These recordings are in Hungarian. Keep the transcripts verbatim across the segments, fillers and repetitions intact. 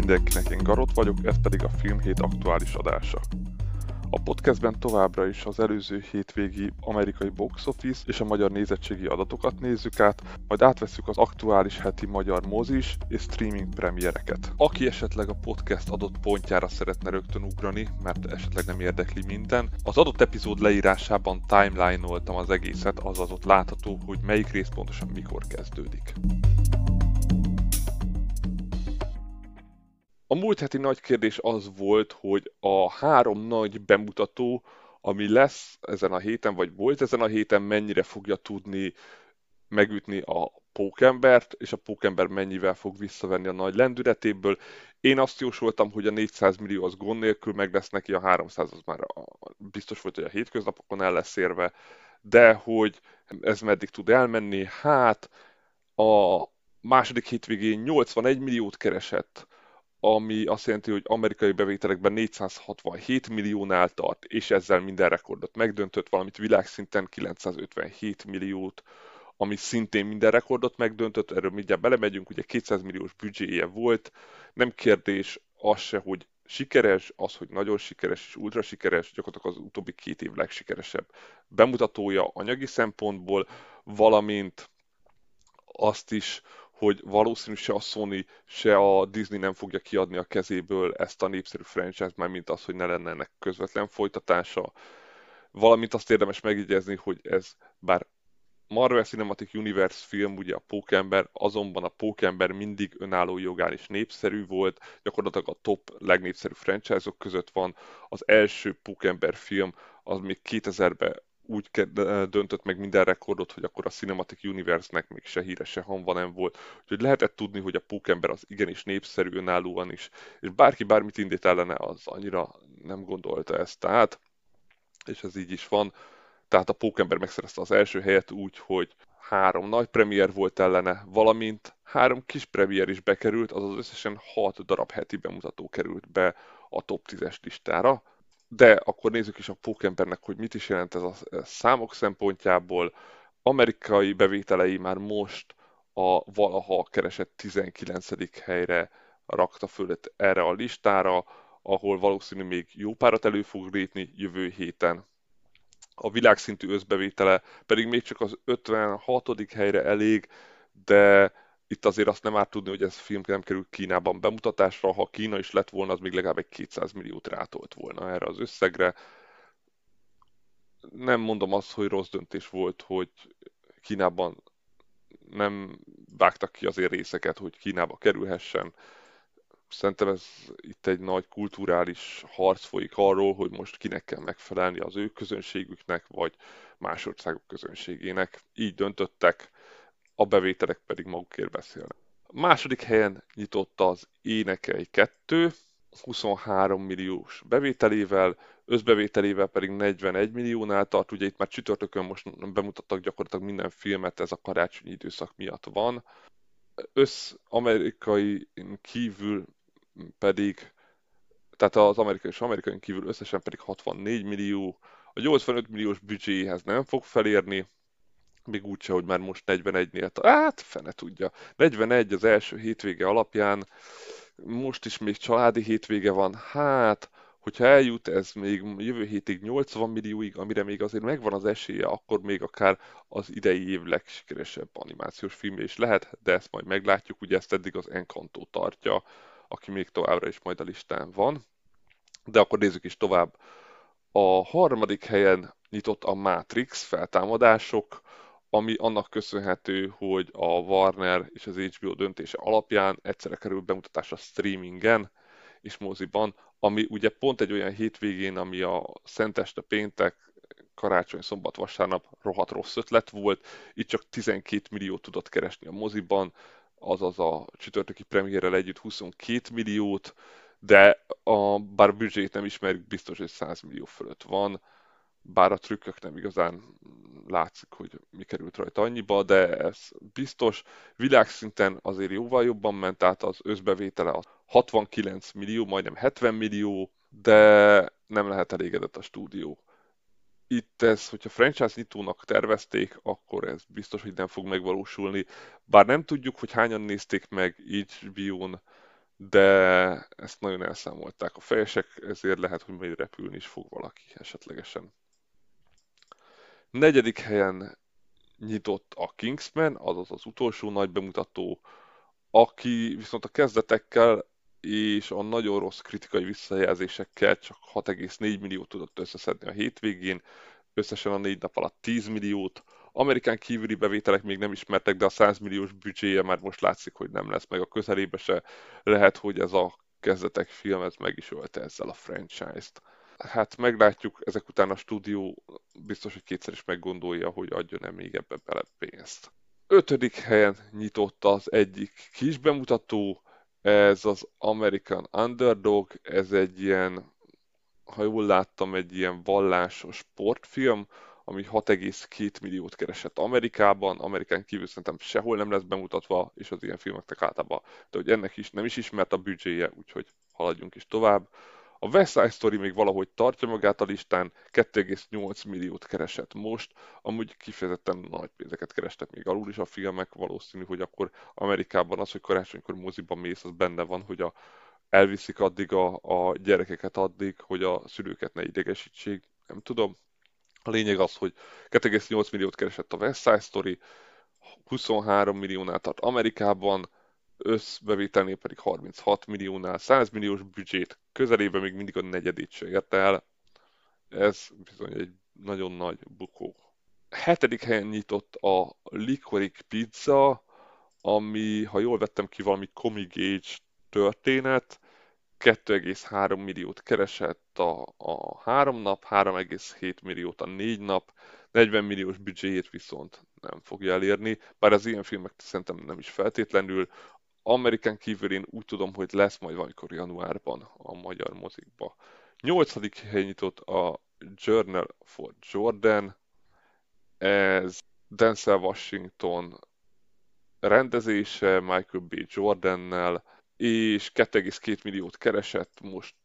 mindenkinek, én Garot vagyok, ez pedig a Filmhét aktuális adása. A podcastben továbbra is az előző hétvégi amerikai box office és a magyar nézettségi adatokat nézzük át, majd átvesszük az aktuális heti magyar mozis és streaming premiereket. Aki esetleg a podcast adott pontjára szeretne rögtön ugrani, mert esetleg nem érdekli minden, az adott epizód leírásában timeline-oltam az egészet, azaz ott látható, hogy melyik rész pontosan mikor kezdődik. A múlt heti nagy kérdés az volt, hogy a három nagy bemutató, ami lesz ezen a héten, vagy volt ezen a héten, mennyire fogja tudni megütni a Pókembert, és a Pókember mennyivel fog visszavenni a nagy lendületéből. Én azt jósoltam, hogy a négyszáz millió az gond nélkül meg lesz neki, a háromszáz az már biztos volt, hogy a hétköznapokon el lesz érve, de hogy ez meddig tud elmenni, hát a második hétvégén nyolcvanegy milliót keresett, ami azt jelenti, hogy amerikai bevételekben négyszázhatvanhét milliónál tart, és ezzel minden rekordot megdöntött, valamint világszinten kilencszázötvenhét milliót, ami szintén minden rekordot megdöntött, erről mindjárt belemegyünk, ugye kétszáz milliós büdzséje volt, nem kérdés az se, hogy sikeres, az, hogy nagyon sikeres és ultra sikeres, gyakorlatilag az utóbbi két év legsikeresebb bemutatója anyagi szempontból, valamint azt is, hogy valószínű se a Sony, se a Disney nem fogja kiadni a kezéből ezt a népszerű franchise-t, már mint az, hogy ne lenne ennek közvetlen folytatása. Valamint azt érdemes megjegyezni, hogy ez bár Marvel Cinematic Universe film, ugye a Pókember, azonban a Pókember mindig önálló jogán is népszerű volt, gyakorlatilag a top legnépszerűbb franchise-ok között van. Az első Pókember film az még kétezerben úgy döntött meg minden rekordot, hogy akkor a Cinematic Universe-nek még se híre, se hamva nem volt. Úgyhogy lehetett tudni, hogy a Pókember az igenis népszerű önállóan is, és bárki bármit indít ellene, az annyira nem gondolta ezt. Tehát, és ez így is van, tehát a Pókember megszerezte az első helyet úgy, hogy három nagy premier volt ellene, valamint három kis premier is bekerült, azaz összesen hat darab heti bemutató került be a top tízes listára. De akkor nézzük is a Pókembernek, hogy mit is jelent ez a számok szempontjából. Amerikai bevételei már most a valaha keresett tizenkilencedik helyre rakta föl erre a listára, ahol valószínű még jó párat elő fog lépni jövő héten. A világszintű összbevétele pedig még csak az ötvenhatodik helyre elég, de itt azért azt nem árt tudni, hogy ez a film nem került Kínában bemutatásra, ha Kína is lett volna, az még legalább egy kétszáz milliót rátolt volna erre az összegre. Nem mondom azt, hogy rossz döntés volt, hogy Kínában nem vágtak ki azért részeket, hogy Kínába kerülhessen. Szerintem ez itt egy nagy kulturális harc folyik arról, hogy most kinek kell megfelelni, az ő közönségüknek, vagy más országok közönségének. Így döntöttek, a bevételek pedig magukért beszélnek. A második helyen nyitott az Énekelj kettő, huszonhárom milliós bevételével, összbevételével pedig negyvenegy milliónál tart. Ugye itt már csütörtökön most bemutattak gyakorlatilag minden filmet, ez a karácsonyi időszak miatt van. Össz-amerikai kívül pedig, tehát az amerikai és amerikai kívül összesen pedig hatvannégy millió, a nyolcvanöt milliós büdzséhez nem fog felérni, még úgyse, hogy már most negyvenegynél, hát fene tudja. negyvenegy az első hétvége alapján, most is még családi hétvége van, hát, hogyha eljut ez még jövő hétig nyolcvan millióig, amire még azért megvan az esélye, akkor még akár az idei év legsikeresebb animációs filmje is lehet, de ezt majd meglátjuk, ugye ezt eddig az Encanto tartja, aki még továbbra is majd a listán van. De akkor nézzük is tovább. A harmadik helyen nyitott a Matrix feltámadások, ami annak köszönhető, hogy a Warner és az há bé o döntése alapján egyszerre kerül bemutatásra streamingen és moziban, ami ugye pont egy olyan hétvégén, ami a szenteste, péntek, karácsony, szombat, vasárnap rohadt rossz ötlet volt, itt csak tizenkét milliót tudott keresni a moziban, azaz a csütörtöki premiérrel együtt huszonkét milliót, de a, bár büdzsét nem ismerjük, biztos, hogy száz millió fölött van, bár a trükkök nem igazán látszik, hogy mi került rajta annyiba, de ez biztos. Világszinten azért jóval jobban ment, tehát az összbevétele a hatvankilenc millió, majdnem hetven millió, de nem lehet elégedett a stúdió. Itt ez, hogyha franchise nyitónak tervezték, akkor ez biztos, hogy nem fog megvalósulni. Bár nem tudjuk, hogy hányan nézték meg há bé ó-n de ezt nagyon elszámolták a fejesek, ezért lehet, hogy majd repülni is fog valaki esetlegesen. Negyedik helyen nyitott a Kingsman, azaz az utolsó nagy bemutató, aki viszont a kezdetekkel és a nagyon rossz kritikai visszajelzésekkel csak hat egész négy milliót tudott összeszedni a hétvégén, összesen a négy nap alatt tíz milliót. Amerikán kívüli bevételek még nem ismertek, de a száz milliós büdzséje már most látszik, hogy nem lesz meg a közelébe se. Lehet, hogy ez a kezdetek film ez meg is ölte ezzel a franchise-t. Hát meglátjuk, ezek után a stúdió biztos, hogy kétszer is meggondolja, hogy adjon-e még ebbe bele pénzt. Ötödik helyen nyitott az egyik kis bemutató, ez az American Underdog, ez egy ilyen, ha jól láttam, egy ilyen vallásos sportfilm, ami hat egész két milliót keresett Amerikában, Amerikán kívül szerintem sehol nem lesz bemutatva, és az ilyen filmeknek általában, de hogy ennek is nem is ismert a büdzséje, úgyhogy haladjunk is tovább. A West Side Story még valahogy tartja magát a listán, két egész nyolc milliót keresett most, amúgy kifejezetten nagy pénzeket kerestek még alul is a filmek, valószínű, hogy akkor Amerikában az, hogy karácsonykor moziba mész, az benne van, hogy a elviszik addig a, a gyerekeket addig, hogy a szülőket ne idegesítsék. Nem tudom. A lényeg az, hogy két egész nyolc milliót keresett a West Side Story, huszonhárom milliónál tart Amerikában, összbevételnél pedig harminchat milliónál, száz milliós büdzsét közelében még mindig a negyedét se érte el. Ez bizony egy nagyon nagy bukó. Hetedik helyen nyitott a Licorice Pizza, ami, ha jól vettem ki, valami Comic Gage történet, két egész három milliót keresett a, a három nap, három egész hét milliót a négy nap, negyven milliós büdzséjét viszont nem fogja elérni, bár az ilyen filmek szerintem nem is feltétlenül. Amerikán kívül én úgy tudom, hogy lesz majd valamikor januárban a magyar mozikba. Nyolcadik hely nyitott a Journal for Jordan, ez Denzel Washington rendezése Michael B. Jordannel, és két egész két milliót keresett most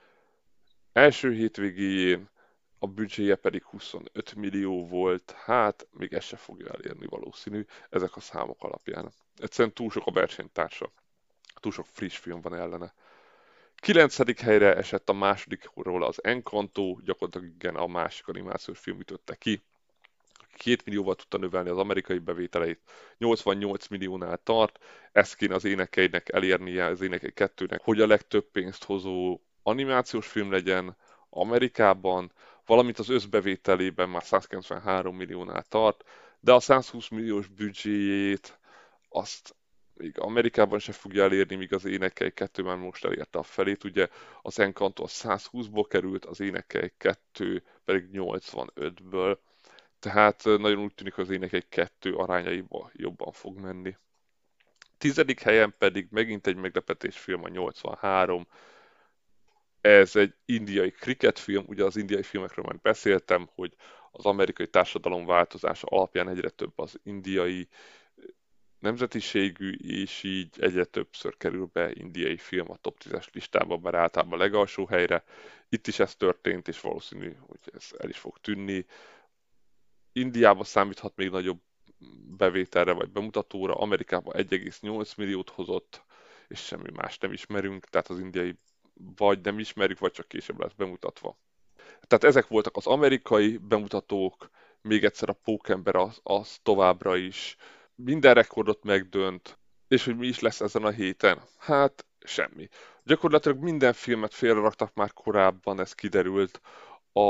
első hétvégéjén, a büdzséje pedig huszonöt millió volt, hát még ezt se fogja elérni valószínű, ezek a számok alapján. Egyszerűen túl sok a versenytársa, túl sok friss film van ellene. Kilencedik helyre esett a másodikról az Encanto, gyakorlatilag igen, a másik animációs film ütötte ki. Két millióval tudta növelni az amerikai bevételeit, nyolcvannyolc milliónál tart, ezt kéne az énekeinek elérnie, az énekei kettőnek, hogy a legtöbb pénzt hozó animációs film legyen Amerikában, valamint az összbevételében már százkilencvenhárom milliónál tart, de a százhúsz milliós büdzséjét azt még Amerikában se fogja elérni, míg az énekei kettő már most elérte a felét. Ugye az Encanto százhúszból került, az énekei kettő pedig nyolcvanötből. Tehát nagyon úgy tűnik, hogy az énekei kettő arányaiba jobban fog menni. Tizedik helyen pedig megint egy meglepetésfilm, a nyolcvanhárom. Ez egy indiai kriketfilm, ugye az indiai filmekről már beszéltem, hogy az amerikai társadalom változása alapján egyre több az indiai nemzetiségű, és így egyre többször kerül be indiai film a top tízes listába, bár általában a legalsó helyre. Itt is ez történt, és valószínű, hogy ez el is fog tűnni. Indiába számíthat még nagyobb bevételre vagy bemutatóra, Amerikában egy egész nyolc milliót hozott, és semmi más nem ismerünk, tehát az indiai vagy nem ismerjük, vagy csak később lesz bemutatva. Tehát ezek voltak az amerikai bemutatók, még egyszer a Pókember az, az továbbra is minden rekordot megdönt, és hogy mi is lesz ezen a héten? Hát semmi. Gyakorlatilag minden filmet félreraktak már korábban, ez kiderült a,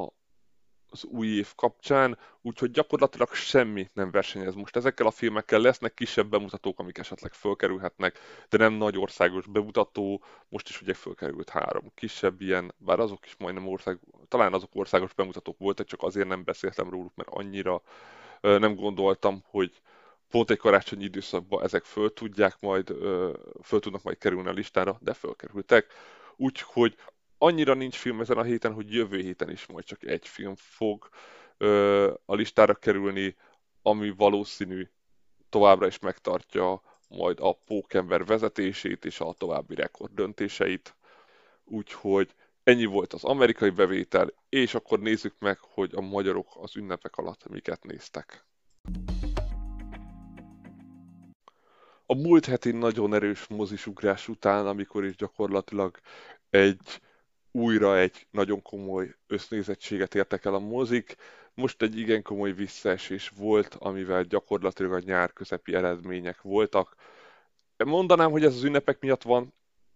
az új év kapcsán, úgyhogy gyakorlatilag semmi nem versenyez most. Ezekkel a filmekkel lesznek kisebb bemutatók, amik esetleg fölkerülhetnek, de nem nagy országos bemutató. Most is ugye fölkerült három kisebb ilyen, bár azok is majdnem ország, talán azok országos bemutatók voltak, csak azért nem beszéltem róluk, mert annyira ö, nem gondoltam, hogy pont egy karácsonyi időszakban ezek föl tudják majd, ö, föl tudnak majd kerülni a listára, de fölkerültek. Úgyhogy annyira nincs film ezen a héten, hogy jövő héten is majd csak egy film fog ö, a listára kerülni, ami valószínű továbbra is megtartja majd a Pókember vezetését és a további rekord döntéseit. Úgyhogy ennyi volt az amerikai bevétel, és akkor nézzük meg, hogy a magyarok az ünnepek alatt miket néztek. A múlt heti nagyon erős mozisugrás után, amikor is gyakorlatilag egy újra egy nagyon komoly össznézettséget értek el a mozik, most egy igen komoly visszaesés volt, amivel gyakorlatilag a nyár közepi eredmények voltak. Mondanám, hogy ez az ünnepek miatt van,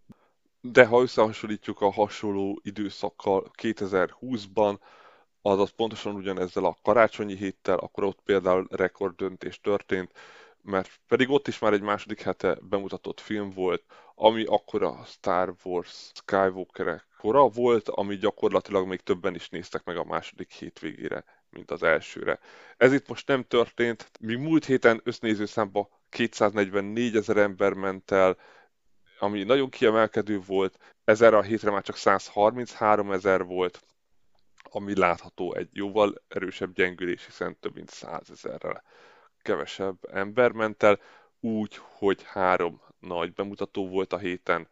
de ha összehasonlítjuk a hasonló időszakkal kétezer-húszban, azaz pontosan ugyanezzel a karácsonyi héttel, akkor ott például rekorddöntés történt, mert pedig ott is már egy második hete bemutatott film volt, ami akkor a Star Wars Skywalker kora volt, ami gyakorlatilag még többen is néztek meg a második hétvégére, mint az elsőre. Ez itt most nem történt, míg múlt héten össznézőszámba kétszáznegyvennégy ezer ember ment el, ami nagyon kiemelkedő volt, ezerre a hétre már csak százharminchárom ezer volt, ami látható egy jóval erősebb gyengülés, hiszen több mint százezerrel kevesebb ember ment el, úgy, hogy három nagy bemutató volt a héten,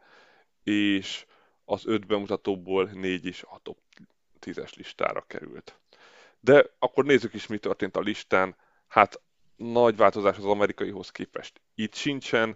és az öt bemutatóból négy is a top tízes listára került. De akkor nézzük is, mi történt a listán. Hát nagy változás az amerikaihoz képest itt sincsen,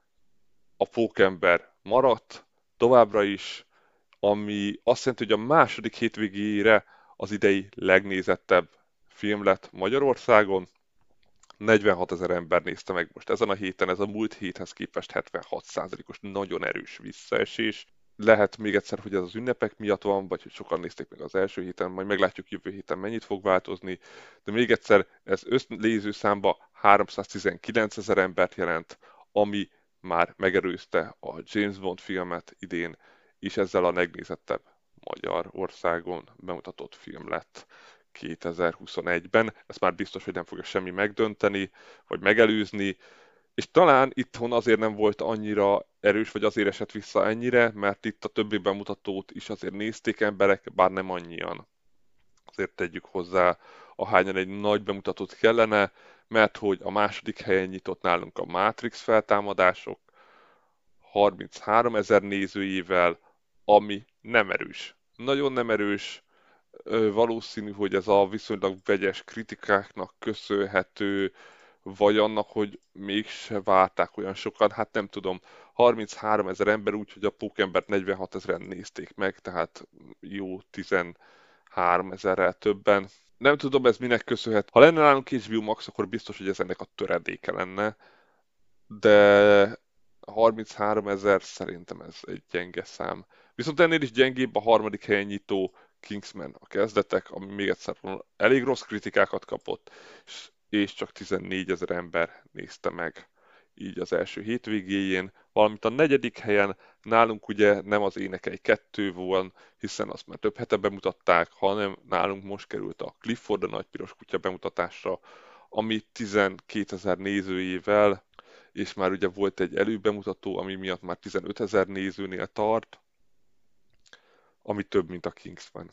a Pókember maradt továbbra is, ami azt jelenti, hogy a második hétvégére az idei legnézettebb film lett Magyarországon. negyvenhat ezer ember nézte meg most ezen a héten, ez a múlt héthez képest hetvenhat százalékos nagyon erős visszaesés. Lehet még egyszer, hogy ez az ünnepek miatt van, vagy hogy sokan nézték meg az első héten, majd meglátjuk jövő héten mennyit fog változni, de még egyszer ez össznéző számba háromszáztizenkilenc ezer embert jelent, ami már megerőzte a James Bond filmet idén, és ezzel a legnézettebb Magyarországon bemutatott film lett kétezer-huszonegyben. Ezt már biztos, hogy nem fogja semmi megdönteni, vagy megelőzni, és talán itthon azért nem volt annyira erős, vagy azért esett vissza ennyire, mert itt a többi bemutatót is azért nézték emberek, bár nem annyian. Azért tegyük hozzá, ahányan egy nagy bemutatót kellene, mert hogy a második helyen nyitott nálunk a Matrix feltámadások, harminchárom ezer nézőjével, ami nem erős. Nagyon nem erős, valószínű, hogy ez a viszonylag vegyes kritikáknak köszönhető, vagy annak, hogy mégse várták olyan sokan, hát nem tudom, harminchárom ezer ember úgy, hogy a Pókembert negyvenhat ezeren nézték meg, tehát jó tizenhárom ezerrel többen. Nem tudom, ez minek köszönhet. Ha lenne nálunk há bé o Max, akkor biztos, hogy ez ennek a töredéke lenne, de harminchárom ezer szerintem ez egy gyenge szám. Viszont ennél is gyengébb a harmadik helyen nyitó Kingsman a kezdetek, ami még egyszer mondom, elég rossz kritikákat kapott, és, és csak tizennégy ezer ember nézte meg így az első hétvégéjén, valamint a negyedik helyen nálunk ugye nem az Énekelj kettő van, hiszen azt már több hete bemutatták, hanem nálunk most került a Clifford a nagypiros kutya bemutatásra, ami tizenkétezer nézőjével, és már ugye volt egy előbemutató, ami miatt már tizenöt ezer nézőnél tart, ami több, mint a Kingsman.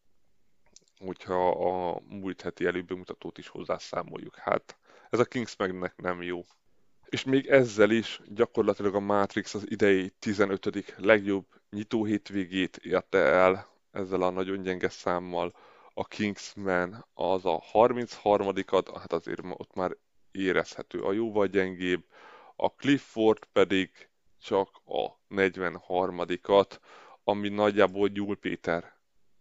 Hogyha a múlt heti előbemutatót is hozzászámoljuk, hát ez a Kingsmannek nem jó. És még ezzel is gyakorlatilag a Matrix az idei tizenötödik legjobb nyitó hétvégét érte el ezzel a nagyon gyenge számmal. A Kingsman az a harmincharmadikat, hát azért ott már érezhető a jóval gyengébb, a Clifford pedig csak a negyvenharmadikat, ami nagyjából Gyul Péterhez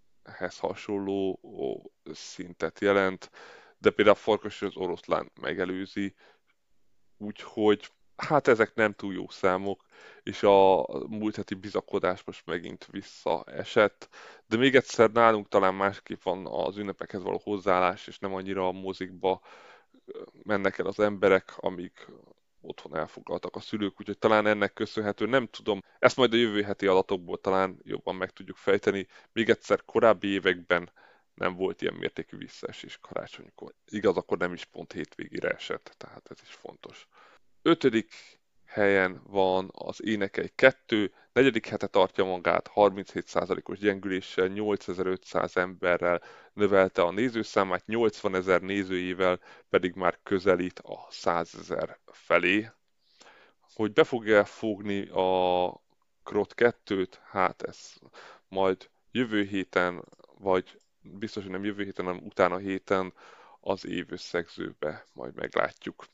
hasonló szintet jelent, de például a Farkas és az Oroszlán megelőzi, úgyhogy hát ezek nem túl jó számok, és a múlt heti bizakodás most megint visszaesett, de még egyszer nálunk talán másképp van az ünnepekhez való hozzáállás, és nem annyira a mozikba mennek el az emberek, amíg otthon elfoglaltak a szülők, úgyhogy talán ennek köszönhető, nem tudom, ezt majd a jövő heti adatokból talán jobban meg tudjuk fejteni. Még egyszer korábbi években nem volt ilyen mértékű visszaesés karácsonykor. Igaz, akkor nem is pont hétvégére esett, tehát ez is fontos. Ötödik helyen van az Énekelj kettő, negyedik hete tartja magát, harminchét százalékos gyengüléssel, nyolcezer-ötszáz emberrel növelte a nézőszámát, nyolcvan ezer nézőjével pedig már közelít a száz ezer felé. Hogy be fogja fogni a Krot kettőt, hát ez majd jövő héten, vagy biztos, hogy nem jövő héten, hanem utána héten az év összegzőbe majd meglátjuk.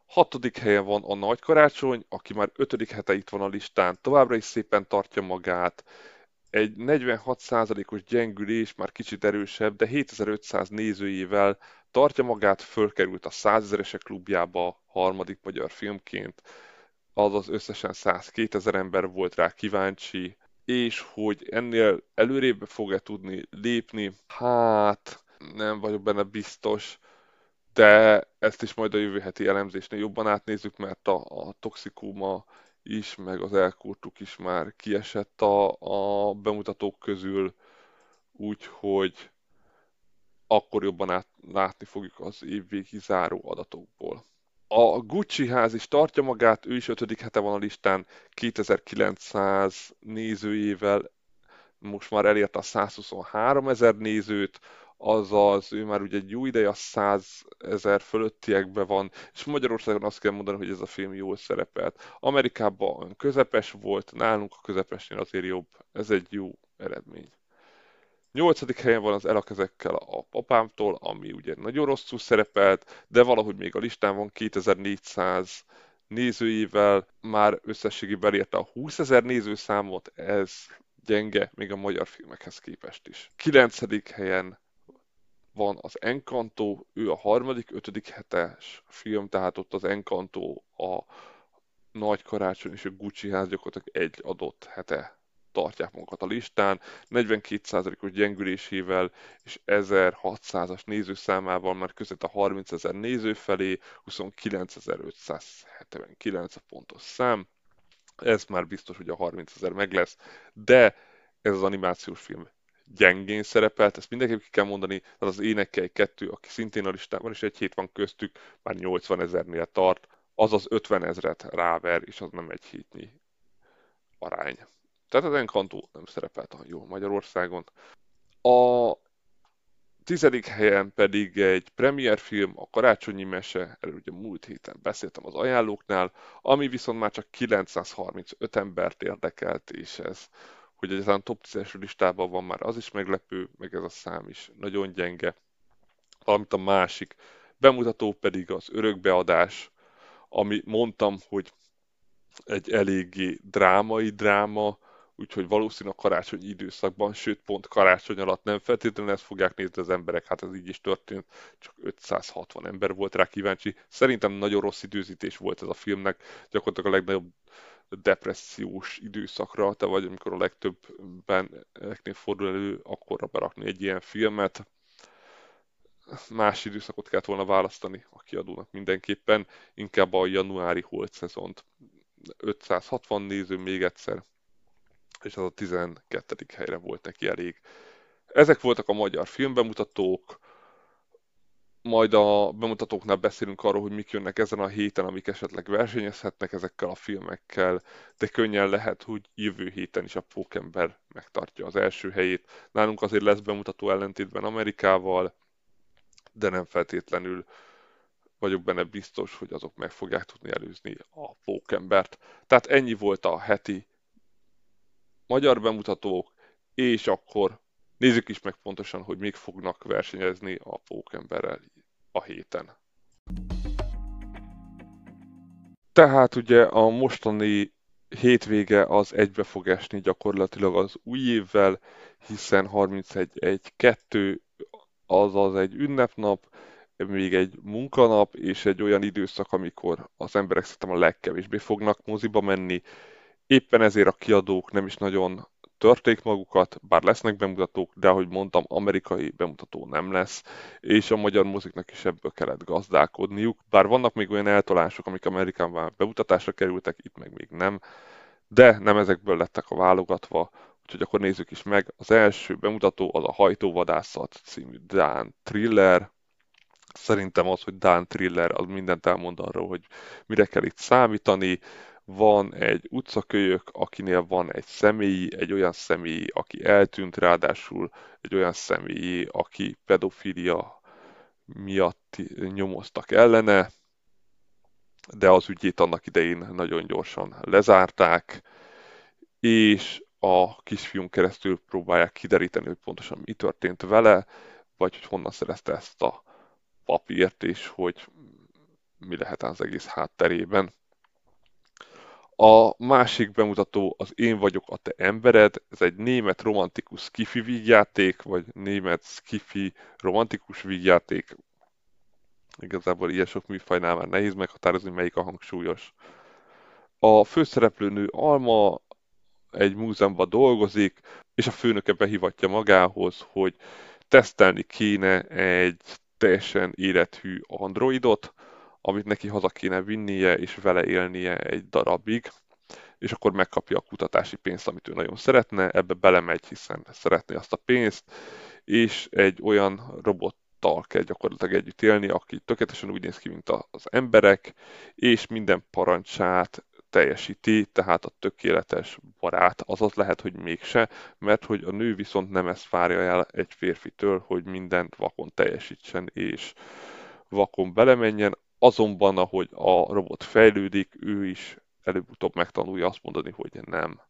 Hatodik helyen van a Nagy Karácsony, aki már ötödik hete itt van a listán, továbbra is szépen tartja magát. Egy negyvenhat százalékos gyengülés, már kicsit erősebb, de hétezer-ötszáz nézőjével tartja magát, fölkerült a százezeresek klubjába harmadik magyar filmként, azaz összesen százkétezer ember volt rá kíváncsi, és hogy ennél előrébb fog-e tudni lépni, hát nem vagyok benne biztos, de ezt is majd a jövő heti elemzésnél jobban átnézzük, mert a, a Toxikuma is, meg az Elkurtuk is már kiesett a, a bemutatók közül, úgyhogy akkor jobban át, látni fogjuk az évvégi záró adatokból. A Gucci ház is tartja magát, ő is ötödik hete van a listán, kétezer-kilencszáz nézőjével, most már elérte a százhuszonhárom ezer nézőt, azaz ő már ugye egy jó ideje a száz ezer fölöttiekben van, és Magyarországon azt kell mondani, hogy ez a film jól szerepelt. Amerikában közepes volt, nálunk a közepesnél azért jobb, ez egy jó eredmény. Nyolcadik helyen van az El a kezekkel a papámtól, ami ugye nagyon rosszul szerepelt, de valahogy még a listán van kétezer-négyszáz nézőivel, már összességében érte a húszezer nézőszámot, ez gyenge, még a magyar filmekhez képest is. Kilencedik helyen van az Encanto, ő a harmadik, ötödik hetes film, tehát ott az Encanto, a Nagy Karácsony és a Gucci ház gyakorlatilag egy adott hete tartják magukat a listán, negyvenkét százalékos gyengülésével és ezerhatszázas nézőszámával már között a harminc ezer néző felé, huszonkilencezer-ötszázhetvenkilenc a pontos szám. Ez már biztos, hogy a harminc ezer meg lesz, de ez az animációs film gyengén szerepelt, ezt mindenképp ki kell mondani, tehát az Énekelj kettő, aki szintén a listában, és egy hét van köztük, már nyolcvan ezernél tart, azaz ötven ezret ráver, és az nem egy hétnyi arány. Tehát az Encanto nem szerepelt olyan jól Magyarországon. A tizedik helyen pedig egy premier film, a Karácsonyi Mese, erről ugye múlt héten beszéltem az ajánlóknál, ami viszont már csak kilencszázharmincöt embert érdekelt, és ez, hogy egyáltalán top tízes listában van már, az is meglepő, meg ez a szám is nagyon gyenge. Valamint a másik bemutató pedig az Örökbeadás, ami mondtam, hogy egy eléggé drámai dráma, úgyhogy valószínűleg a karácsonyi időszakban, sőt pont karácsony alatt nem feltétlenül ezt fogják nézni az emberek, hát ez így is történt, csak ötszázhatvan ember volt rá kíváncsi. Szerintem nagyon rossz időzítés volt ez a filmnek, gyakorlatilag a legnagyobb depressziós időszakra, te vagy amikor a legtöbben eknél fordul elő, akkorra berakni egy ilyen filmet. Más időszakot kellett volna választani a kiadónak mindenképpen, inkább a januári holt szezont. ötszázhatvan néző még egyszer, és az a tizenkettedik helyre volt neki elég. Ezek voltak a magyar filmbemutatók, majd a bemutatóknál beszélünk arról, hogy mik jönnek ezen a héten, amik esetleg versenyezhetnek ezekkel a filmekkel, de könnyen lehet, hogy jövő héten is a Pókember megtartja az első helyét. Nálunk azért lesz bemutató ellentétben Amerikával, de nem feltétlenül vagyok benne biztos, hogy azok meg fogják tudni előzni a Pókembert. Tehát ennyi volt a heti magyar bemutatók, és akkor nézzük is meg pontosan, hogy még fognak versenyezni a Pókemberrel a héten. Tehát ugye a mostani hétvége az egybe fog esni gyakorlatilag az új évvel, hiszen harmincegy egy kettő, azaz egy ünnepnap, még egy munkanap, és egy olyan időszak, amikor az emberek szerintem a legkevésbé fognak moziba menni. Éppen ezért a kiadók nem is nagyon törték magukat, bár lesznek bemutatók, de ahogy mondtam, amerikai bemutató nem lesz, és a magyar moziknak is ebből kellett gazdálkodniuk. Bár vannak még olyan eltolások, amik Amerikában már bemutatásra kerültek, itt meg még nem, de nem ezekből lettek a válogatva, úgyhogy akkor nézzük is meg. Az első bemutató az a Hajtóvadászat című dán thriller. Szerintem az, hogy dán thriller, az mindent elmond arról, hogy mire kell itt számítani. Van egy utcakölyök, akinél van egy személyi, egy olyan személyi, aki eltűnt, ráadásul egy olyan személyi, aki pedofilia miatt nyomoztak ellene, de az ügyét annak idején nagyon gyorsan lezárták, és a kisfiún keresztül próbálják kideríteni, hogy pontosan mi történt vele, vagy hogy honnan szerezte ezt a papírt, és hogy mi lehet az egész hátterében. A másik bemutató az Én vagyok a te embered, ez egy német romantikus skifi vígjáték, vagy német skifi romantikus vígjáték. Igazából ilyen sok műfajnál már nehéz meghatározni, melyik a hangsúlyos. A főszereplőnő Alma egy múzeumban dolgozik, és a főnöke behívatja magához, hogy tesztelni kéne egy teljesen élethű androidot, amit neki haza kéne vinnie, és vele élnie egy darabig, és akkor megkapja a kutatási pénzt, amit ő nagyon szeretne, ebbe belemegy, hiszen szeretné azt a pénzt, és egy olyan robottal kell gyakorlatilag együtt élni, aki tökéletesen úgy néz ki, mint az emberek, és minden parancsát teljesíti, tehát a tökéletes barát, azaz lehet, hogy mégse, mert hogy a nő viszont nem ezt várja el egy férfitől, hogy mindent vakon teljesítsen és vakon belemenjen, azonban, ahogy a robot fejlődik, ő is előbb-utóbb megtanulja azt mondani, hogy nem.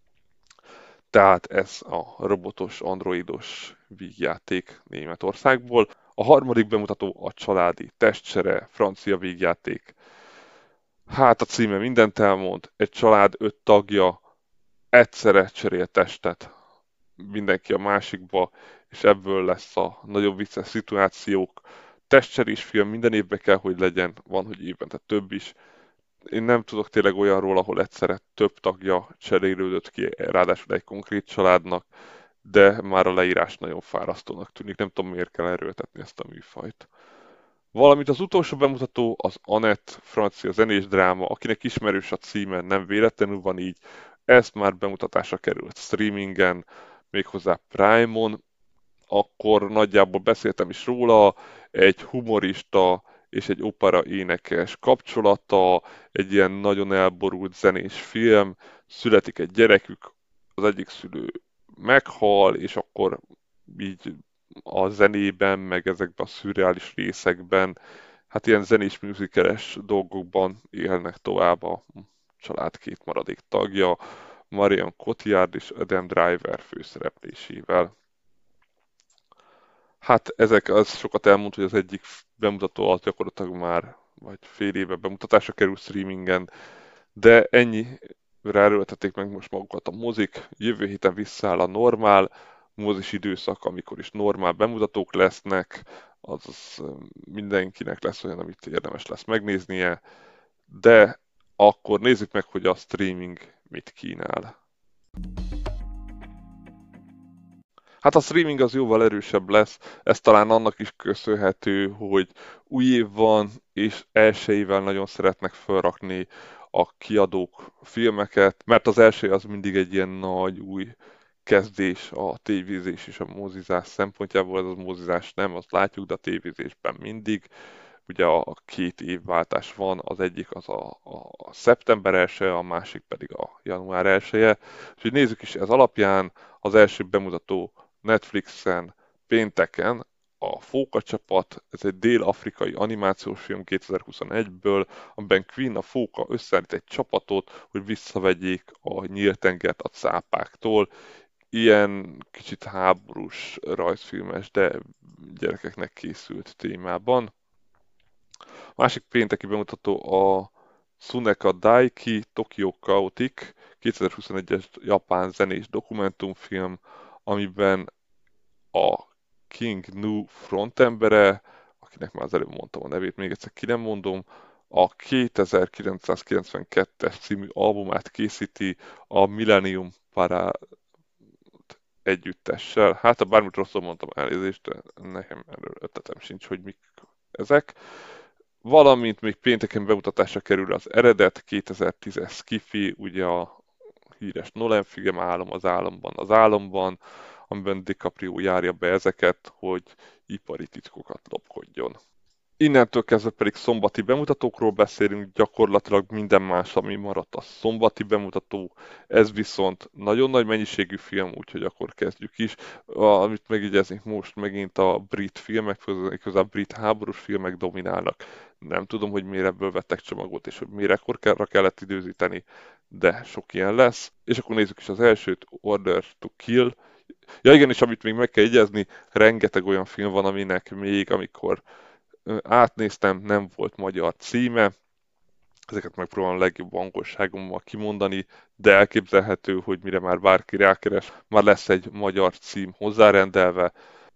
Tehát ez a robotos, androidos vígjáték Németországból. A harmadik bemutató a családi testcsere, francia vígjáték. Hát a címe mindent elmond, egy család öt tagja egyszerre cserél testet mindenki a másikba, és ebből lesz a nagyobb vicces szituációk. Testcserés film minden évben kell, hogy legyen, van, hogy évente több is. Én nem tudok tényleg olyanról, ahol egyszerre több tagja cserélődött ki, ráadásul egy konkrét családnak, de már a leírás nagyon fárasztónak tűnik, nem tudom miért kell erőltetni ezt a műfajt. Valamint az utolsó bemutató az Anett, francia zenés dráma, akinek ismerős a címe, nem véletlenül van így, ez már bemutatásra került streamingen, méghozzá Prime-on, akkor nagyjából beszéltem is róla, egy humorista és egy opera énekes kapcsolata, egy ilyen nagyon elborult zenés film, születik egy gyerekük, az egyik szülő meghal, és akkor így a zenében, meg ezekben a szürreális részekben, hát ilyen zenés musicales dolgokban élnek tovább a család két maradék tagja, Marion Cotillard és Adam Driver főszereplésével. Hát ezek az sokat elmond, hogy az egyik bemutató az gyakorlatilag már vagy fél éve bemutatásra kerül streamingen, de ennyi ráerőltették meg most magukat a mozik. Jövő héten visszaáll a normál mozis időszak, amikor is normál bemutatók lesznek, azaz mindenkinek lesz olyan, amit érdemes lesz megnéznie, de akkor nézzük meg, hogy a streaming mit kínál. Hát a streaming az jóval erősebb lesz, ez talán annak is köszönhető, hogy új év van, és elsőjével nagyon szeretnek felrakni a kiadók filmeket, mert az első az mindig egy ilyen nagy új kezdés a tévézés és a mozizás szempontjából, ez a mozizás nem, azt látjuk, de a tévézésben mindig. Ugye a két évváltás van, az egyik az a, a szeptember elseje, a másik pedig a január elseje. Úgyhogy nézzük is ez alapján, az első bemutató Netflixen pénteken a Fóka csapat, ez egy dél-afrikai animációs film kétezer-huszonegyből, amiben Queen a fóka összeállít egy csapatot, hogy visszavegyék a nyíltengert a cápáktól. Ilyen kicsit háborús rajzfilmes, de gyerekeknek készült témában. Másik pénteki bemutató a Tsuneka Daiki Tokyo Chaotic kétezer-huszonegyes japán zenés dokumentumfilm, amiben a King Nu frontembere, akinek már az előbb mondtam a nevét, még egyszer ki nem mondom, a kétezer-kilencszázkilencvenkettes című albumát készíti a Millennium Parade együttessel. Hát, ha bármit rosszul mondtam, elnézést, de nekem erről ötletem sincs, hogy mik ezek. Valamint még pénteken bemutatásra kerül az eredet kétezer-tízes Skifi, ugye a híres Nolan film Álom az álomban az álomban, amiben DiCaprio járja be ezeket, hogy ipari titkokat lopkodjon. Innentől kezdve pedig szombati bemutatókról beszélünk, gyakorlatilag minden más, ami maradt a szombati bemutató, ez viszont nagyon nagy mennyiségű film, úgyhogy akkor kezdjük is. Amit megjegyeznék most, megint a brit filmek, közben a brit háborús filmek dominálnak. Nem tudom, hogy miért ebből vettek csomagot, és hogy miért ekkorra kellett időzíteni, de sok ilyen lesz. És akkor nézzük is az elsőt, Order to Kill. Ja igen, és amit még meg kell jegyezni, rengeteg olyan film van, aminek még, amikor Átnéztem, nem volt magyar címe, ezeket megpróbálom a legjobb angolságommal kimondani, de elképzelhető, hogy mire már bárki rákeres, már lesz egy magyar cím hozzárendelve,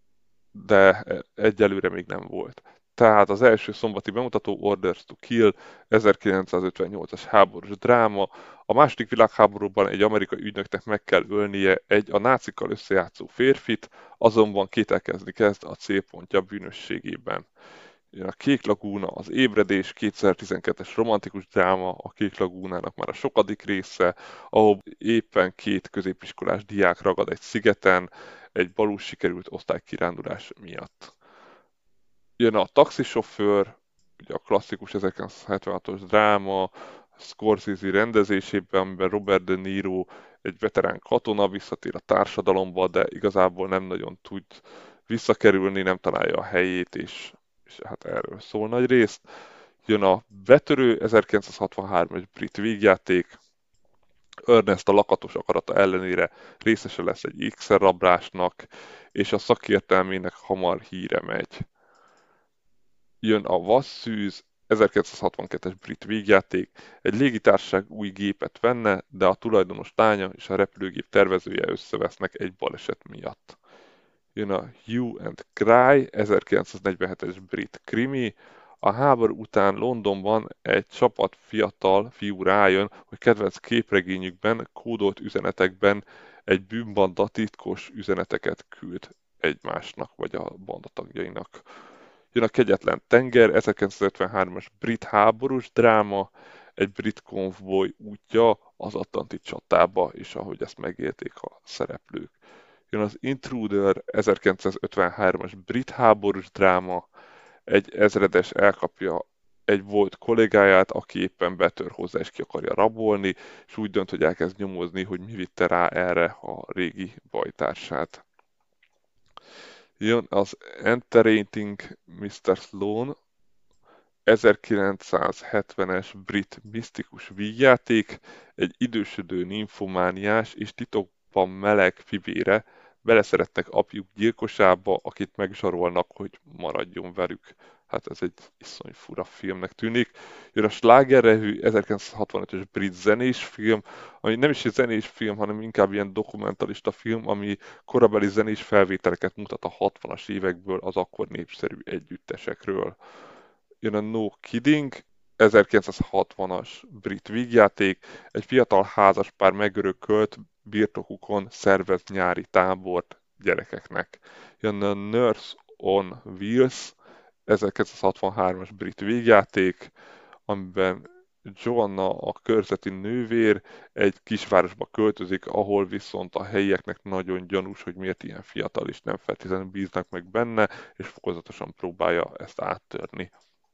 de egyelőre még nem volt. Tehát az első szombati bemutató Orders to Kill, ezerkilencszázötvennyolcas háborús dráma. A második világháborúban egy amerikai ügynöknek meg kell ölnie egy a nácikkal összejátszó férfit, azonban kételkezni kezd a célpontja bűnösségében. A Kék Lagúna, az Ébredés, kétezer-tizenkettes romantikus dráma, a Kék Lagúnának már a sokadik része, ahol éppen két középiskolás diák ragad egy szigeten, egy balul sikerült osztálykirándulás miatt. Jön a Taxisofőr, ugye a klasszikus ezerkilencszázhetvenhatos dráma, Scorsese rendezésében, amiben Robert De Niro egy veterán katona visszatér a társadalomba, de igazából nem nagyon tud visszakerülni, nem találja a helyét, és, és hát erről szól nagy részt. Jön a Betörő, ezerkilencszázhatvanhármas brit vígjáték, Ernest a lakatos akarata ellenére részese lesz egy ékszerrablásnak, és a szakértelmének hamar híre megy. Jön a Vasszűz, ezerkilencszázhatvankettes brit vígjáték, egy légitársaság új gépet venne, de a tulajdonos lánya és a repülőgép tervezője összevesznek egy baleset miatt. Jön a Hue and Cry, ezerkilencszáznegyvenhetes brit krimi. A háború után Londonban egy csapat fiatal fiú rájön, hogy kedvenc képregényükben, kódolt üzenetekben egy bűnbanda titkos üzeneteket küld egymásnak vagy a banda tagjainak. Jön a Kegyetlen tenger, ezerkilencszázötvenhármas brit háborús dráma, egy brit konvoj útja az Atlanti csatába, és ahogy ezt megélték a szereplők. Jön az Intruder, ezerkilencszázötvenhármas brit háborús dráma, egy ezredes elkapja egy volt kollégáját, aki éppen betör hozzá és ki akarja rabolni, és úgy dönt, hogy elkezd nyomozni, hogy mi vitte rá erre a régi bajtársát. Jön az Entering miszter Sloan, ezerkilencszázhetvenes brit misztikus vígjáték, egy idősödő ninfomániás és titokban meleg fivére beleszeretnek apjuk gyilkosába, akit megzsarolnak, hogy maradjon velük. Hát ez egy iszony fura filmnek tűnik. Jön a Slágerrevű, ezerkilencszázhatvanötös brit zenés film, ami nem is egy zenés film, hanem inkább ilyen dokumentalista film, ami korabeli zenés felvételeket mutat a hatvanas évekből az akkor népszerű együttesekről. Jön a No Kidding, ezerkilencszázhatvanas brit vígjáték, egy fiatal házaspár megörökölt birtokukon szervez nyári tábort gyerekeknek. Jön a Nurse on Wheels, ezerkilencszázhatvanhármas brit vígjáték, amiben Joanna, a körzeti nővér, egy kisvárosba költözik, ahol viszont a helyieknek nagyon gyanús, hogy miért ilyen fiatal és nem feltétlenül bíznak meg benne, és fokozatosan próbálja ezt áttörni.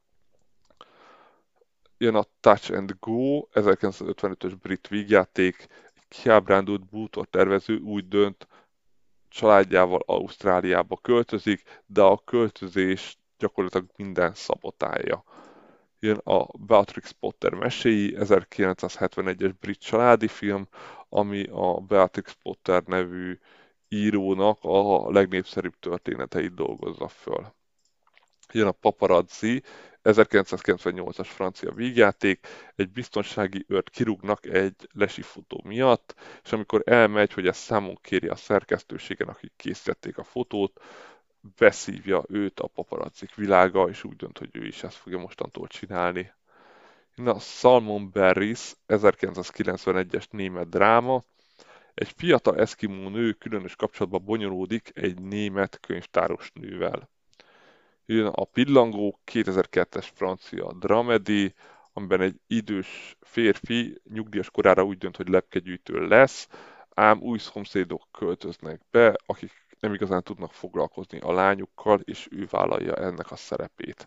Jön a Touch and Go, ezerkilencszázötvenötös brit vígjáték, egy kiábrándult bútortervező úgy dönt, családjával Ausztráliába költözik, de a költözés gyakorlatilag minden szabotálja. Jön a Beatrix Potter meséi, ezerkilencszázhetvenegyes brit családi film, ami a Beatrix Potter nevű írónak a legnépszerűbb történeteit dolgozza föl. Jön a Paparazzi, ezerkilencszázkilencvennyolcas francia vígjáték, egy biztonsági őrt kirúgnak egy lesifutó miatt, és amikor elmegy, hogy ezt számon kéri a szerkesztőségen, akik készítették a fotót, beszívja őt a paparazzik világa, és úgy dönt, hogy ő is ezt fogja mostantól csinálni. Na, Salmon Barris, ezerkilencszázkilencvenegyes német dráma, egy fiatal eszkimó nő különös kapcsolatban bonyolódik egy német könyvtáros nővel. Jön a Pillangó, kétezer-kettes francia dramedy, amiben egy idős férfi nyugdíjas korára úgy dönt, hogy lepkegyűjtő lesz, ám új szomszédok költöznek be, akik nem igazán tudnak foglalkozni a lányukkal, és ő vállalja ennek a szerepét.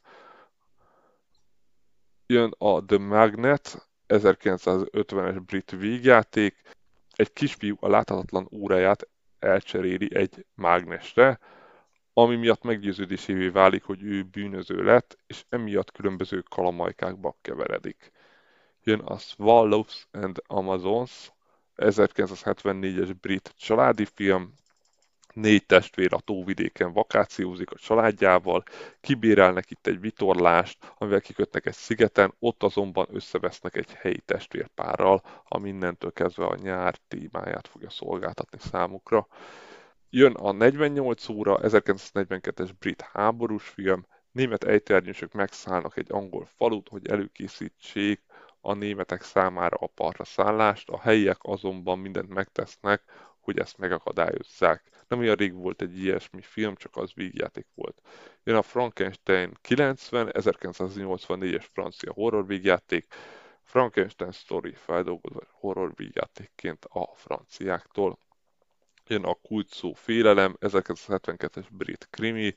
Jön a The Magnet, ezerkilencszázötvenes brit vígjáték, egy kisfiú a láthatatlan óráját elcseréli egy mágnesre, ami miatt meggyőződésévé válik, hogy ő bűnöző lett, és emiatt különböző kalamajkákba keveredik. Jön a Swallows and Amazons, ezerkilencszázhetvennégyes brit családi film, Négy testvér a tóvidéken vakációzik a családjával, kibérelnek itt egy vitorlást, amivel kikötnek egy szigeten, ott azonban összevesznek egy helyi testvérpárral, ami innentől kezdve a nyár témáját fogja szolgáltatni számukra. Jön a negyvennyolc óra, ezerkilencszáznegyvenkettes brit háborús film, német ejtőernyősök megszállnak egy angol falut, hogy előkészítsék a németek számára a partra szállást, a helyiek azonban mindent megtesznek, hogy ezt megakadályozzák. Nem olyan rég volt egy ilyesmi film, csak az vígjáték volt. Jön a Frankenstein kilencven, ezerkilencszáznyolcvannégyes francia horror vígjáték, Frankenstein Story feldolgozva horror vígjátékként a franciáktól. Jön a kult szó Félelem, ezerkilencszázhetvenkettes brit krimi.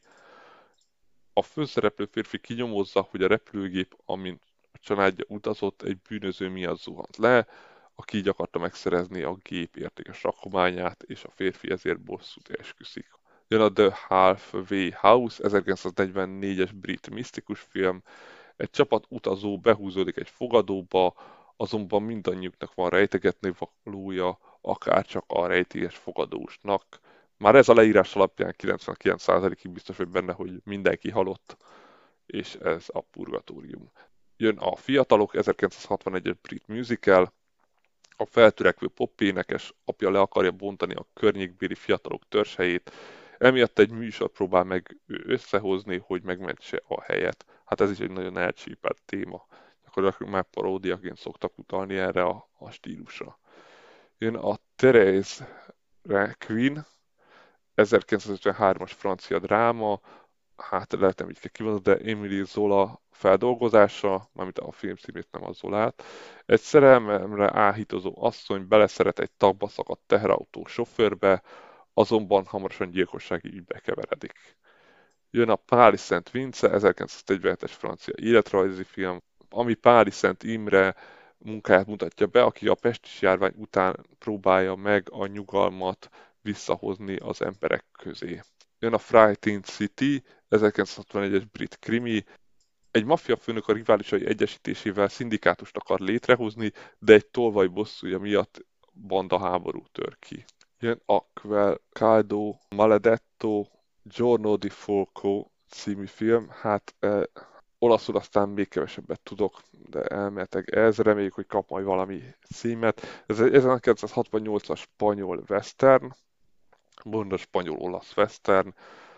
A főszereplő férfi kinyomozza, hogy a repülőgép, amin a családja utazott, egy bűnöző miatt zuhant le, aki így akarta megszerezni a gép értékes rakományát, és a férfi ezért bosszút esküszik. Jön a The Halfway House, ezerkilencszáznegyvennégyes brit misztikus film. Egy csapat utazó behúzódik egy fogadóba, azonban mindannyiuknak van rejtegetni valója, akár csak a rejtélyes fogadósnak. Már ez a leírás alapján kilencvenkilenc százalékig biztos vagy benne, hogy mindenki halott, és ez a purgatórium. Jön a Fiatalok, ezerkilencszázhatvanegyes brit musical. A feltörekvő popénekes apja le akarja bontani a környékbéli fiatalok törzshelyét, emiatt egy műsor próbál meg ő összehozni, hogy megmentse a helyet. Hát ez is egy nagyon elcsípett téma. Gyakorlatilag már paródiaként szoktak utalni erre a, a stílusra. Jön a Thérèse Requiem, ezerkilencszázötvenhármas francia dráma, hát lehet nem így kell kimondani, de Émile Zola feldolgozása, mármint a film címét, nem a Zolát. Egy szerelmemre áhítozó asszony beleszeret egy tagba szakadt teherautó sofőrbe, azonban hamarosan gyilkossági ügybe keveredik. Jön a Páli Szent Vince, ezerkilencszáznegyvenhetes francia életrajzi film, ami Páli Szent Imre munkáját mutatja be, aki a pestis járvány után próbálja meg a nyugalmat visszahozni az emberek közé. Jön a Frightened City, ezerkilencszázhatvanegyes brit krimi. Egy maffiafőnök a riválisai egyesítésével szindikátust akar létrehozni, de egy tolvaj bosszúja miatt banda háború tör ki. Jön a Quel Caldo Maledetto Giorno di Fuoco című film. Hát eh, olaszul aztán még kevesebbet tudok, de elmehetek ez. Reméljük, hogy kap majd valami címet. Ez egy ezerkilencszázhatvannyolcas spanyol western, mondom spanyol-olasz western.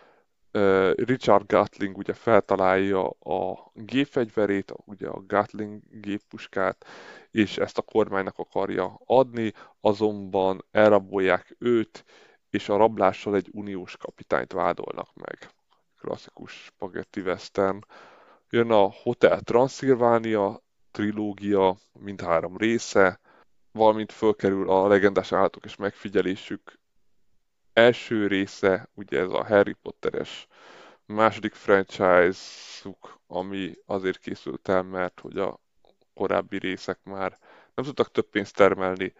Richard Gatling ugye feltalálja a gépfegyverét, ugye a Gatling géppuskát, és ezt a kormánynak akarja adni, azonban elrabolják őt, és a rablással egy uniós kapitányt vádolnak meg. Klasszikus spaghetti western. Jön a Hotel Transylvania trilógia, mindhárom része, valamint fölkerül a legendás állatok és megfigyelésük első része, ugye ez a Harry Potteres második franchise-uk, ami azért készült el, mert hogy a korábbi részek már nem tudtak több pénzt termelni.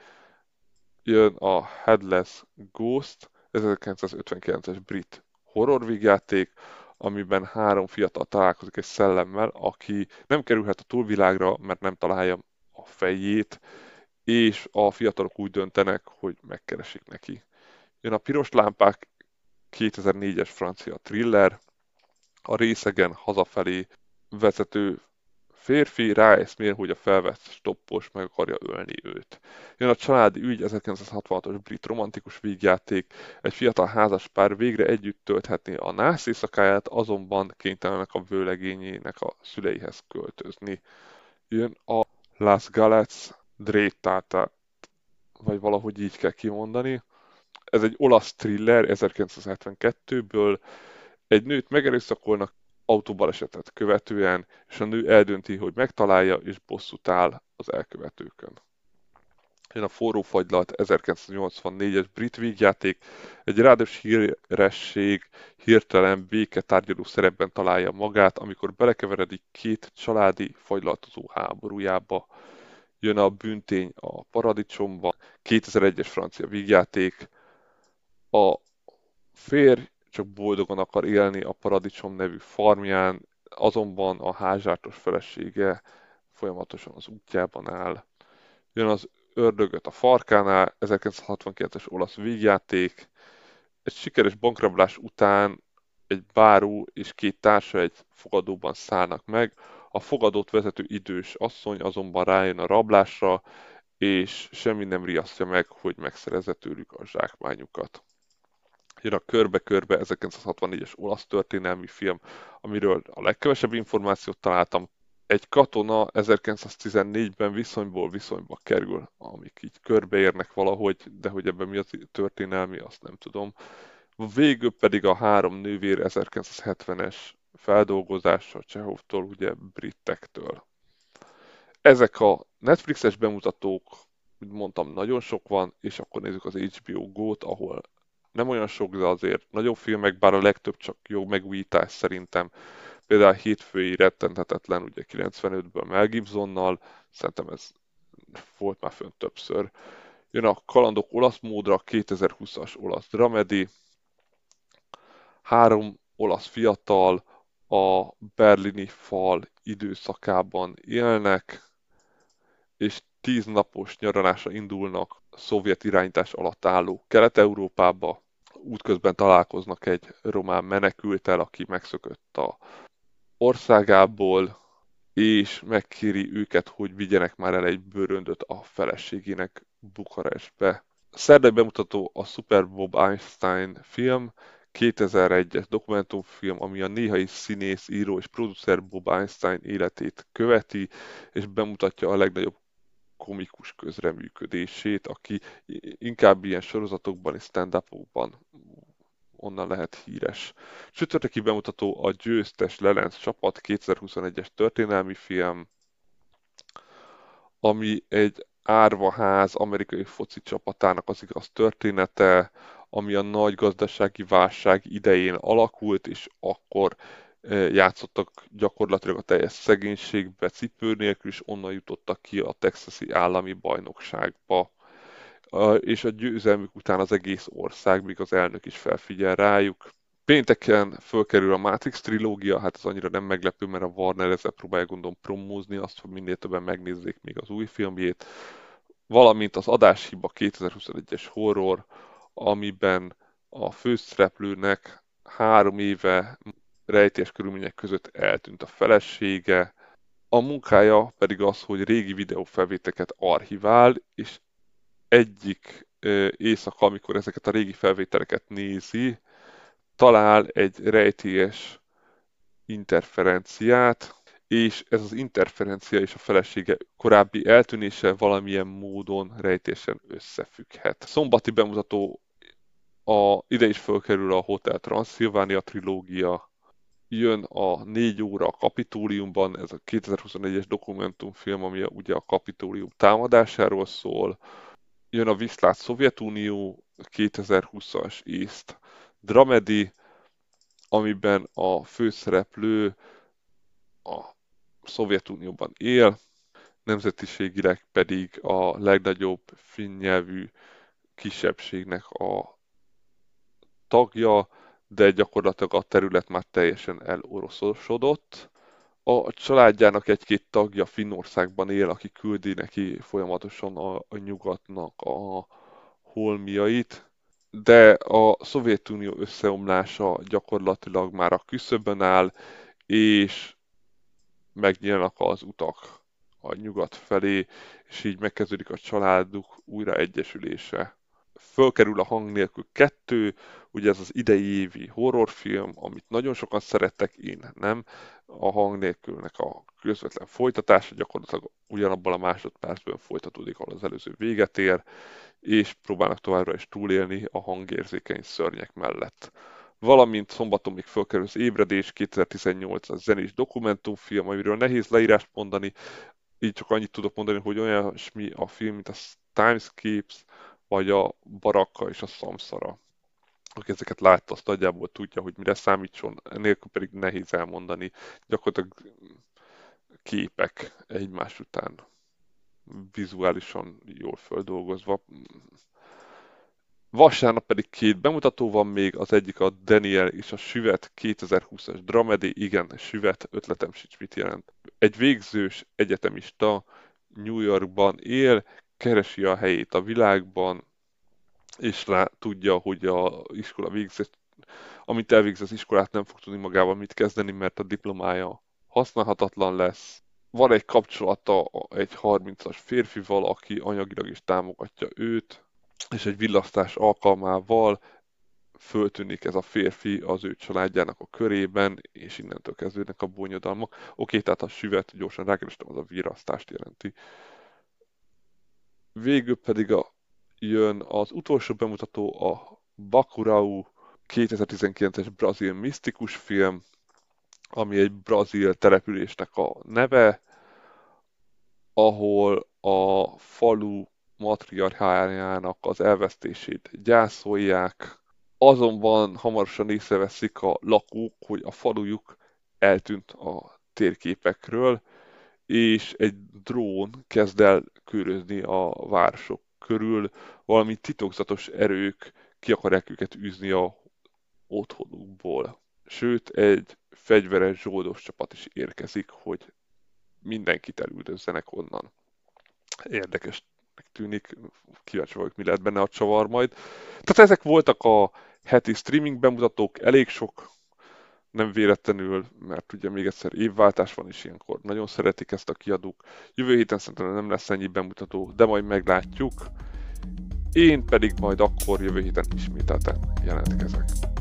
Jön a Headless Ghost, ezerkilencszázötvenkilences brit horror vígjáték, amiben három fiatal találkozik egy szellemmel, aki nem kerülhet a túlvilágra, mert nem találja a fejét, és a fiatalok úgy döntenek, hogy megkeresik neki. Jön a Piros lámpák, kétezer-négyes francia thriller, a részegen hazafelé vezető férfi ráeszmél, hogy a felvett stoppos meg akarja ölni őt. Jön a Családi ügy, ezerkilencszázhatvanhatos brit romantikus vígjáték, egy fiatal házaspár végre együtt tölthetné a nász éjszakáját, azonban kénytelenek a vőlegényének a szüleihez költözni. Jön a Las Galets Drétata, vagy valahogy így kell kimondani. Ez egy olasz thriller ezerkilencszázhetvenkettőből. Egy nőt megerőszakolnak autóbalesetet követően, és a nő eldönti, hogy megtalálja és bosszút áll az elkövetőkön. Jön a Forró fagylat, ezerkilencszáznyolcvannégyes brit vígjáték, egy rádiós híresség hirtelen béketárgyaló szerepben találja magát, amikor belekeveredik két családi fagylatozó háborújába. Jön a Bűntény a paradicsomban, kétezer-egyes francia vígjáték, a férj csak boldogan akar élni a Paradicsom nevű farmján, azonban a házsártos felesége folyamatosan az útjában áll. Jön az Ördögöt a farkánál, ezerkilencszázhatvankilences olasz vígjáték, Egy sikeres bankrablás után egy báró és két társa egy fogadóban szállnak meg. A fogadót vezető idős asszony azonban rájön a rablásra, és semmi nem riasztja meg, hogy megszerezze tőlük a zsákmányukat. Jön a Körbe-körbe ezerkilencszázhatvannégyes olasz történelmi film, amiről a legkevesebb információt találtam. Egy katona ezerkilencszáztizennégyben viszonyból viszonyba kerül, amik így körbeérnek valahogy, de hogy ebben mi az történelmi, azt nem tudom. Végül pedig a Három nővér ezerkilencszázhetvenes feldolgozása Csehovtól, ugye britektől. Ezek a Netflixes bemutatók, mint mondtam, nagyon sok van, és akkor nézzük az há bé o Go-t, ahol nem olyan sok, de azért nagyobb filmek, bár a legtöbb csak jó megújítás szerintem. Például a Hétfői rettenthetetlen, ugye kilencvenötből Mel Gibsonnal, szerintem ez volt már fönn többször. Jön a Kalandok olasz módra, kétezer-húszas olasz dramedy, három olasz fiatal a berlini fal időszakában élnek, és tíz napos nyaralásra indulnak a szovjet irányítás alatt álló Kelet-Európába. Útközben találkoznak egy román menekülttel, aki megszökött a országából, és megkéri őket, hogy vigyenek már el egy bőröndöt a feleségének Bukarestbe. Szerdai bemutató a Super Bob Einstein film, kétezer-egyes dokumentumfilm, ami a néhai színész, író és producer Bob Einstein életét követi, és bemutatja a legnagyobb komikus közreműködését, aki inkább ilyen sorozatokban és stand-upokban onnan lehet híres. Csütörtöki bemutató a Győztes Lelenc csapat kétezer-huszonegyes történelmi film, ami egy árvaház amerikai foci csapatának az igaz története, ami a nagy gazdasági válság idején alakult, és akkor játszottak gyakorlatilag a teljes szegénységbe, cipő nélkül, és onnan jutottak ki a texasi állami bajnokságba. És a győzelmük után az egész ország, még az elnök is felfigyel rájuk. Pénteken fölkerül a Matrix trilógia, hát ez annyira nem meglepő, mert a Warner ezzel próbálja gondolom promózni azt, hogy minél többen megnézzék még az új filmjét. Valamint az Adáshiba kétezer-huszonegyes horror, amiben a főszereplőnek három éve rejtélyes körülmények között eltűnt a felesége, a munkája pedig az, hogy régi videófelvételeket archivál, és egyik éjszaka, amikor ezeket a régi felvételeket nézi, talál egy rejtélyes interferenciát, és ez az interferencia és a felesége korábbi eltűnése valamilyen módon rejtésen összefügghet. Szombati bemutató a, ide is fölkerül a Hotel Transylvania trilógia, jön a négy óra a Kapitóliumban, ez a kétezer-huszonegyes dokumentumfilm, ami ugye a Kapitólium támadásáról szól, jön a Viszlát Szovjetunió kétezer-húszas észt dramedy, amiben a főszereplő a Szovjetunióban él, nemzetiségileg pedig a legnagyobb finn nyelvű kisebbségnek a tagja, de gyakorlatilag a terület már teljesen eloroszosodott. A családjának egy-két tagja Finnországban él, aki küldi neki folyamatosan a, a nyugatnak a holmiait, de a Szovjetunió összeomlása gyakorlatilag már a küszöbön áll, és megnyílnak az utak a nyugat felé, és így megkezdődik a családuk újra egyesülése. Fölkerül a Hang nélkül kettő, ugye ez az idei évi horrorfilm, amit nagyon sokan szerettek, én nem. A Hang nélkülnek a közvetlen folytatása gyakorlatilag ugyanabban a másodpercben folytatódik, ahol az előző véget ér, és próbálnak továbbra is túlélni a hangérzékeny szörnyek mellett. Valamint szombaton még fölkerül az Ébredés kétezer-tizennyolc, a zenés dokumentumfilm, amiről nehéz leírást mondani, így csak annyit tudok mondani, hogy olyasmi a film, mint a Timescapes, vagy a Barakka és a Szamszara. Aki ezeket látta, azt nagyjából tudja, hogy mire számítson, enélkül pedig nehéz elmondani. Gyakorlatilag képek egymás után, vizuálisan jól földolgozva. Vasárnap pedig két bemutató van még, az egyik a Daniel és a Süvet kétezer-húszas dramedy, igen, Süvet, ötletem sincs mit jelent. Egy végzős egyetemista New Yorkban él, keresi a helyét a világban, és rá tudja, hogy a iskola végzett, amit elvégz az iskolát, nem fog tudni magával mit kezdeni, mert a diplomája használhatatlan lesz. Van egy kapcsolata egy harmincas férfival, aki anyagilag is támogatja őt, és egy villasztás alkalmával föltűnik ez a férfi az ő családjának a körében, és innentől kezdődnek a bonyodalmak. Oké, tehát a süvet gyorsan rákerestem, az a virasztást jelenti. Végül pedig a, jön az utolsó bemutató, a Bacurau kétezer-tizenkilences brazil misztikus film, ami egy brazil településnek a neve, ahol a falu matriarchájának az elvesztését gyászolják. Azonban hamarosan észreveszik a lakók, hogy a falujuk eltűnt a térképekről, és egy drón kezd el körözni a városok körül, valami titokzatos erők ki akarják őket űzni a otthonukból. Sőt, egy fegyveres zsoldos csapat is érkezik, hogy mindenkit elüldözzenek onnan. Érdekesnek tűnik, kíváncsi vagyok, mi lehet benne a csavar majd. Tehát ezek voltak a heti streaming bemutatók, elég sok, nem véletlenül, mert ugye még egyszer évváltás van, és ilyenkor nagyon szeretik ezt a kiadók. Jövő héten szerintem nem lesz ennyi bemutató, de majd meglátjuk. Én pedig majd akkor jövő héten ismételten jelentkezek.